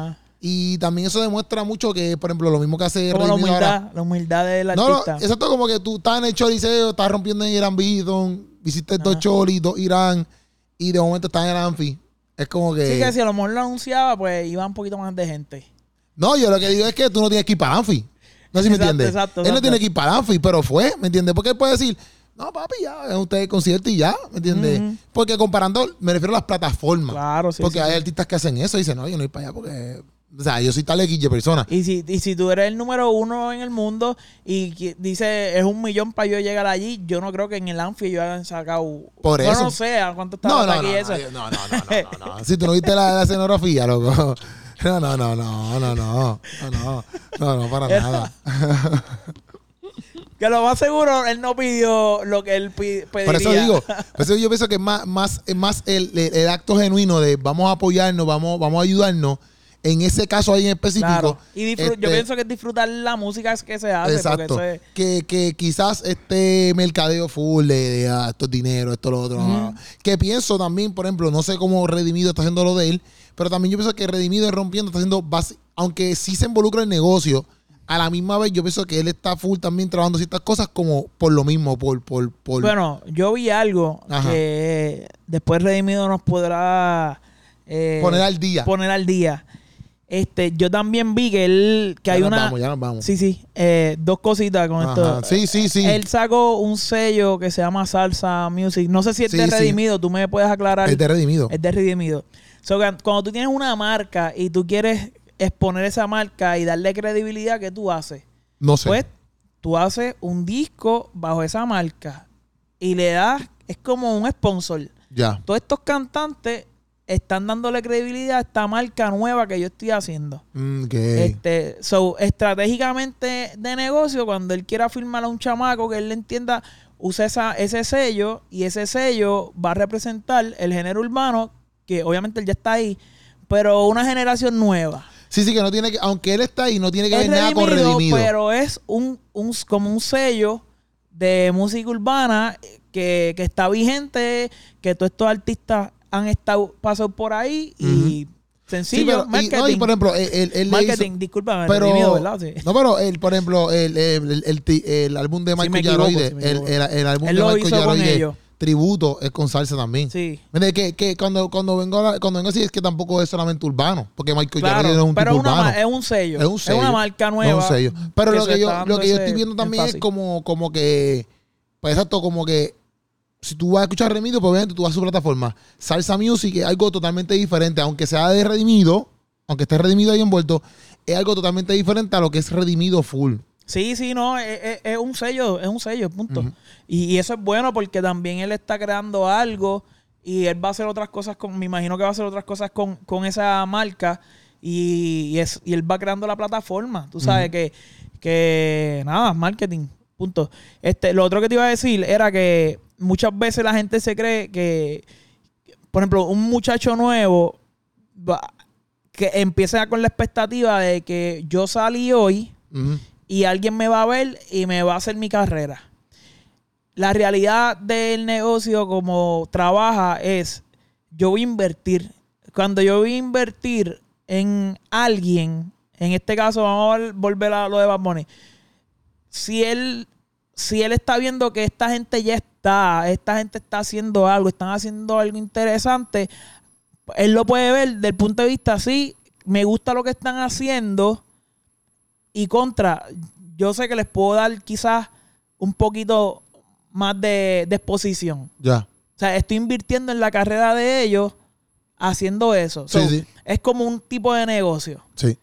Y también eso demuestra mucho que, por ejemplo, lo mismo que hace Como la Redimido humildad, ahora. la humildad del No, no, artista. exacto, como que tú estás en el Choliseo, estás rompiendo en Irán Beaton, hiciste dos Cholis, dos Irán, y de momento estás en el Anfi. Es como que... Sí, que si a lo mejor lo anunciaba, pues iba un poquito más de gente. No, yo lo que digo es que tú no tienes que ir para Anfi. No sé si me Exacto, entiendes. exacto, Él no exacto. tiene que ir para Anfi, pero fue, ¿me entiendes? Porque él puede decir, no, papi, ya, es usted el concierto y ya, ¿me entiendes? Ujú. Porque comparando, me refiero a las plataformas. Claro, sí, Porque sí, hay sí. artistas que hacen eso y dicen, no, yo no voy para allá porque... O sea, yo soy tal X persona. Y si, y si tú eres el número uno en el mundo y que dice es un millón para yo llegar allí, yo no creo que en el Anfi yo hayan sacado. Por Bueno, eso. no sé a cuánto está No, la no, no, taquilla no, esa. no, no, no, no, no, no. Si tú no viste la, la escenografía, loco. No, no, no, no, no, no, no, no, no, no, para nada. Que lo más seguro, él no pidió lo que él pi- pediría. Por eso digo, por eso yo pienso que es más, más, es más el, el, el acto genuino de vamos a apoyarnos, vamos, vamos a ayudarnos. En ese caso ahí en específico. Claro. Y disfr- este, yo pienso que es disfrutar la música que se hace. exacto. Porque eso es, Que, que quizás este mercadeo full de, de ah, esto es dinero, esto es lo otro. Ujú. no. Que pienso también, por ejemplo, no sé cómo Redimido está haciendo lo de él, pero también yo pienso que Redimido en Rompiendo está haciendo, base, aunque sí se involucra en negocio, a la misma vez yo pienso que él está full también trabajando ciertas cosas como por lo mismo, por... por, por bueno, yo vi algo Ajá. que después Redimido nos podrá eh, poner al día. poner al día. Este, yo también vi que él, que ya hay nos una... vamos, ya nos vamos. Sí, sí. Eh, dos cositas con Ajá. esto. Sí, sí, sí. Él sacó un sello que se llama Salsa Music. No sé si es Sí, de sí. Redimido. Tú me puedes aclarar. Es de Redimido. Es de Redimido. So, que cuando tú tienes una marca y tú quieres exponer esa marca y darle credibilidad, ¿qué tú haces? No sé. Pues tú haces un disco bajo esa marca y le das... Es como un sponsor. ya. Todos estos cantantes están dándole credibilidad a esta marca nueva que yo estoy haciendo. Mm, ok. Este, so, estratégicamente de negocio, cuando él quiera firmar a un chamaco que él le entienda, usa esa, ese sello y ese sello va a representar el género urbano, que obviamente él ya está ahí, pero una generación nueva. Sí, sí, que no tiene que... Aunque él está ahí, no tiene que Es ver nada con redimido, Redimido. pero es un, un, como un sello de música urbana que, que está vigente, que todos estos artistas han estado pasado por ahí y Ujú. sencillo, Sí, pero, y, marketing. no, y por ejemplo, él, él- él le marketing, hizo- discúlpame, pero, redimido, ¿verdad? Sí. no, pero él, por ejemplo, el, el, el, el ti- el álbum de Sí, me Michael equivoco, Yaroide, sí me el, equivoco. el, el álbum Él de lo Michael hizo con Yaroide, ellos. tributo, es con salsa también. Sí. Mire, que, que cuando, cuando vengo a la- cuando vengo así es que tampoco es solamente urbano, porque Michael Claro, Yaroide no es un pero tipo es, una urbano. ma- es un sello. Es un sello. Es una marca No nueva. es un sello. Pero lo se que yo, está lo dando que yo ese estoy viendo también énfasis. es como, como que, pues exacto, como que si tú vas a escuchar Redimido, pues obviamente tú vas a su plataforma. Salsa Music es algo totalmente diferente, aunque sea de Redimido, aunque esté Redimido ahí envuelto, es algo totalmente diferente a lo que es Redimido full. Sí, sí, no, es, es- es un sello, es un sello, punto. Ujú. y, y eso es bueno porque también él está creando algo y él va a hacer otras cosas con, me imagino que va a hacer otras cosas con, con esa marca y, y, es, y él va creando la plataforma. Tú sabes Ujú. que, que nada, marketing, punto. Este, lo otro que te iba a decir era que muchas veces la gente se cree que, por ejemplo, un muchacho nuevo va- que empieza con la expectativa de que yo salí hoy Ujú. y alguien me va a ver y me va a hacer mi carrera. La realidad del negocio como trabaja es, yo voy a invertir. Cuando yo voy a invertir en alguien, en este caso vamos a vol- volver a lo de Bad Bunny, si él, si él está viendo que esta gente ya está, esta gente está haciendo algo, están haciendo algo interesante, él lo puede ver del punto de vista así, me gusta lo que están haciendo y contra, yo sé que les puedo dar quizás un poquito más de, de exposición. Ya. O sea, estoy invirtiendo en la carrera de ellos haciendo eso. Sí, So, sí. Es como un tipo de negocio. Sí.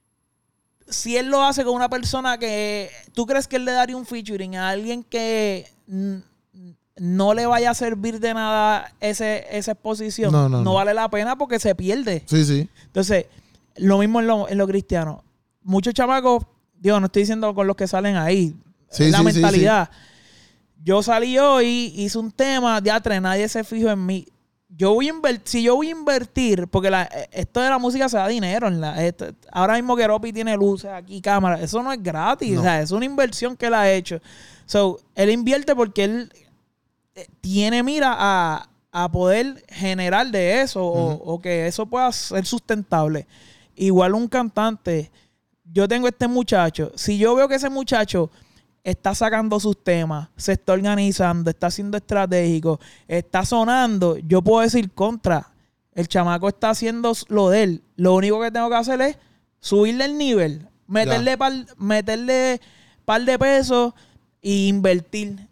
Si él lo hace con una persona que... ¿Tú crees que él le daría un featuring a alguien que mm, no le vaya a servir de nada ese, esa exposición? No, no, no. vale la pena porque se pierde. Sí, sí. Entonces, lo mismo en lo, en lo cristiano. Muchos chamacos, digo, no estoy diciendo con los que salen ahí. Sí, es la sí, sí, mentalidad. Yo salí hoy, hice un tema, de atrás, nadie se fijó en mí. Yo voy a invertir, si yo voy a invertir, porque la, esto de la música se da dinero. En la, esto, ahora mismo Keropi tiene luces aquí, cámaras. Eso no es gratis. No. O sea, es una inversión que él ha hecho. So, él invierte porque él eh, tiene mira a, a poder generar de eso o, Ujú. o que eso pueda ser sustentable. igual un cantante, yo tengo este muchacho, si yo veo que ese muchacho está sacando sus temas, se está organizando, está siendo estratégico, está sonando, yo puedo decir contra, el chamaco está haciendo lo de él, lo único que tengo que hacer es subirle el nivel, meterle par, meterle par de pesos e invertir.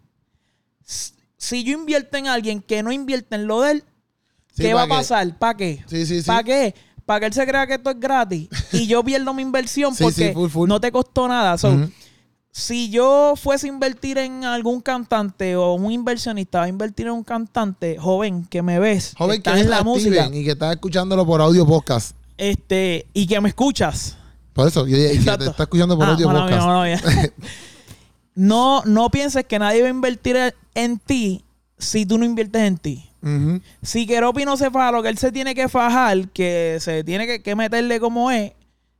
Si yo invierto en alguien que no invierte en lo de él, sí, ¿qué va a pasar? ¿Para qué? Sí, sí, sí. ¿Para qué? Para que él se crea que esto es gratis y yo pierdo mi inversión sí, porque sí, full, full. no te costó nada. So, uh-huh. Si yo fuese a invertir en algún cantante o un inversionista va a invertir en un cantante joven que me ves, joven que que en la música y que estás escuchándolo por audio podcast, este y que me escuchas. Por eso, y, y que te está escuchando por ah, audio mala podcast. Mía, mala mía. No, no pienses que nadie va a invertir en ti si tú no inviertes en ti. Uh-huh. Si Keropi no se faja lo que él se tiene que fajar, que se tiene que, que meterle como es,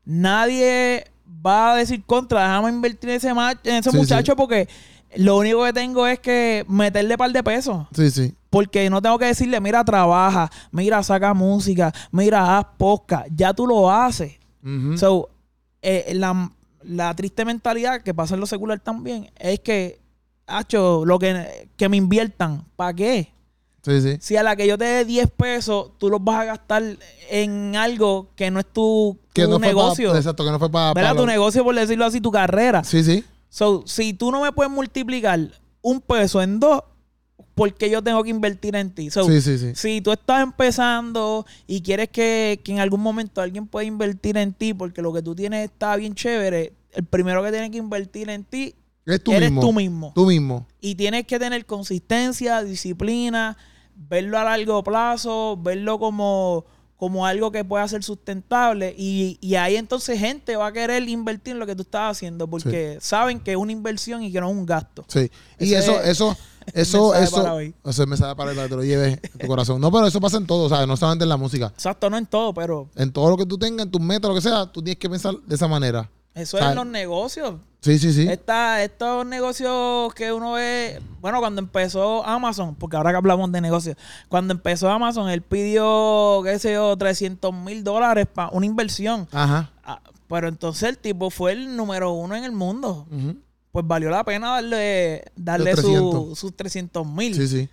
nadie va a decir contra, déjame invertir en ese, ma- en ese sí, muchacho sí. Porque lo único que tengo es que meterle par de pesos. Sí, sí. Porque no tengo que decirle, mira, trabaja, mira, saca música, mira, haz podcast. Ya tú lo haces. Uh-huh. So, eh, la... La triste mentalidad que pasa en lo secular también es que, hacho, lo que, que me inviertan, ¿para qué? Sí, sí. Si a la que yo te dé diez pesos, tú los vas a gastar en algo que no es tu, que tu no negocio. Fue pa, exacto, que no fue para... ¿Verdad? Pa tu negocio, por decirlo así, tu carrera. Sí, sí. So, si tú no me puedes multiplicar un peso en dos, ¿por qué yo tengo que invertir en ti? So, sí, sí, sí. Si tú estás empezando y quieres que, que en algún momento alguien pueda invertir en ti porque lo que tú tienes está bien chévere, el primero que tiene que invertir en ti es tú eres mismo. tú mismo. Tú mismo. Y tienes que tener consistencia, disciplina, verlo a largo plazo, verlo como, como algo que pueda ser sustentable. Y, y ahí entonces gente va a querer invertir en lo que tú estás haciendo porque sí. saben que es una inversión y que no es un gasto. Sí. Y Ese eso, es, eso, eso, eso, para hoy. eso es mensaje para que te lo lleves en tu corazón. No, pero eso pasa en todo, ¿sabes? No solamente en la música. Exacto, no en todo, pero... En todo lo que tú tengas, en tus metas, lo que sea, tú tienes que pensar de esa manera. Eso es en los negocios. Sí, sí, sí. Esta, estos negocios que uno ve... Bueno, cuando empezó Amazon, porque ahora que hablamos de negocios, cuando empezó Amazon, él pidió, qué sé yo, trescientos mil dólares para una inversión. Ajá. Ah, pero entonces el tipo fue el número uno en el mundo. Uh-huh. Pues valió la pena darle, darle su, sus trescientos mil. Sí, sí.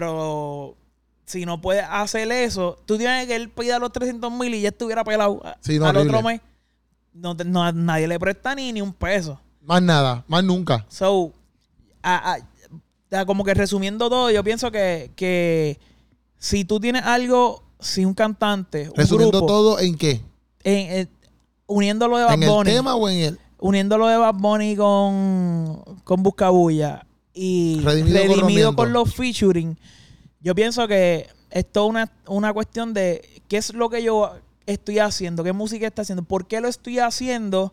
Pero si no puedes hacer eso, tú tienes que él pida los trescientos mil y ya estuviera pelado sí, no, al horrible. otro mes. No, no, nadie le presta ni, ni un peso. Más nada, más nunca. So, a, a, a, como que resumiendo todo, yo pienso que, que si tú tienes algo, si un cantante, un resumiendo grupo, todo, ¿en qué? En, en, uniéndolo de Bad ¿En Bunny. el tema o en el...? Uniéndolo de Bad Bunny con, con Buscabulla y Redimido, Redimido con los featuring, yo pienso que esto es una, una cuestión de qué es lo que yo estoy haciendo, qué música está haciendo, por qué lo estoy haciendo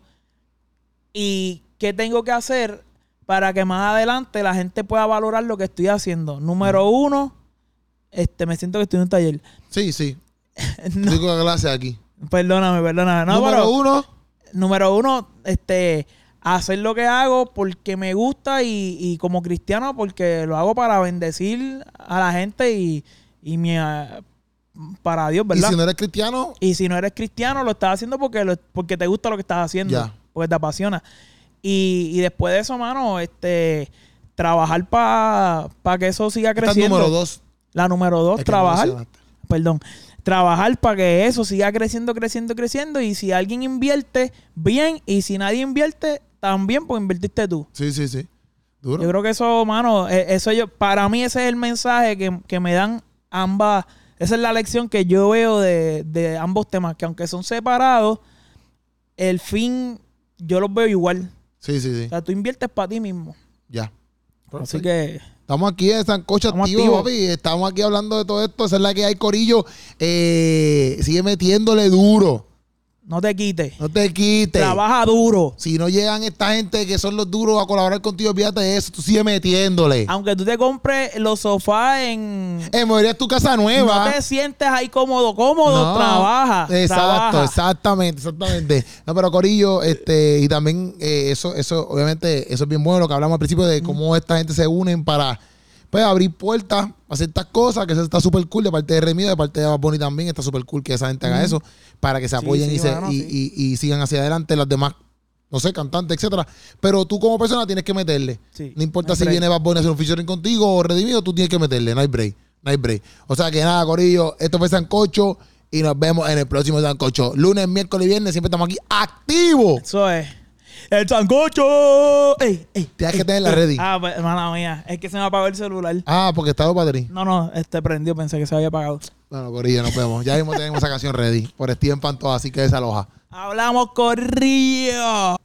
y qué tengo que hacer para que más adelante la gente pueda valorar lo que estoy haciendo. Número mm. uno, este, me siento que estoy en un taller. Sí, sí. no. Estoy con la clase aquí. Perdóname, perdóname. No, número pero, uno. Número uno, este, hacer lo que hago porque me gusta y, y como cristiano porque lo hago para bendecir a la gente y, y mi, uh, para Dios, ¿verdad? Y si no eres cristiano. Y si no eres cristiano, lo estás haciendo porque, lo, porque te gusta lo que estás haciendo. Ya. Porque te apasiona. Y, y después de eso, mano, este, trabajar para pa que eso siga creciendo. Esta número dos. La número dos, es trabajar. Perdón. Trabajar para que eso siga creciendo, creciendo, creciendo. Y si alguien invierte, bien. Y si nadie invierte, también, pues invertiste tú. Sí, sí, sí. Duro. Yo creo que eso, mano, eso yo, para mí ese es el mensaje que, que me dan ambas. Esa es la lección que yo veo de, de ambos temas. Que aunque son separados, el fin yo los veo igual. Sí, sí, sí. O sea, tú inviertes para ti mismo. Ya. Perfecto. Así que... Estamos aquí en Sancocho Activo, papi. Estamos aquí hablando de todo esto. Esa es la que hay, corillo. Eh, sigue metiéndole duro. No te quites. No te quites. Trabaja duro. Si no llegan esta gente que son los duros a colaborar contigo, fíjate de eso. Tú sigue metiéndole. Aunque tú te compres los sofás en... En Morelia es tu casa nueva. No te sientes ahí cómodo, cómodo. No. Trabaja. Exacto, trabaja. exactamente, exactamente. No, pero corillo, este, y también eh, eso, eso, obviamente, eso es bien bueno lo que hablamos al principio de cómo esta gente se unen para... pues abrir puertas, hacer estas cosas, que eso está súper cool de parte de Remy, de parte de Bad Bunny también, está súper cool que esa gente haga mm. eso, para que se apoyen sí, sí, y, se, bueno, y, sí. y, y sigan hacia adelante las demás, no sé, cantantes, etcétera. Pero tú como persona tienes que meterle. Sí, no importa no si break. viene Bad Bunny a hacer un featuring contigo o Redimido, tú tienes que meterle, no hay break, no hay break. O sea que nada, corillo, esto fue Sancocho y nos vemos en el próximo Sancocho. Lunes, miércoles y viernes, siempre estamos aquí activos. Eso es. ¡El sancocho! ¡Ey, ey! Tienes que tenerla ready. Ah, pues, hermana mía. Es que se me apagó el celular. Ah, porque estaba batería. No, no. Este prendió. Pensé que se había apagado. Bueno, corillo, nos vemos. Ya mismo tenemos esa canción ready. Por Steven Pantoja, así que desaloja. ¡Hablamos, corrillo!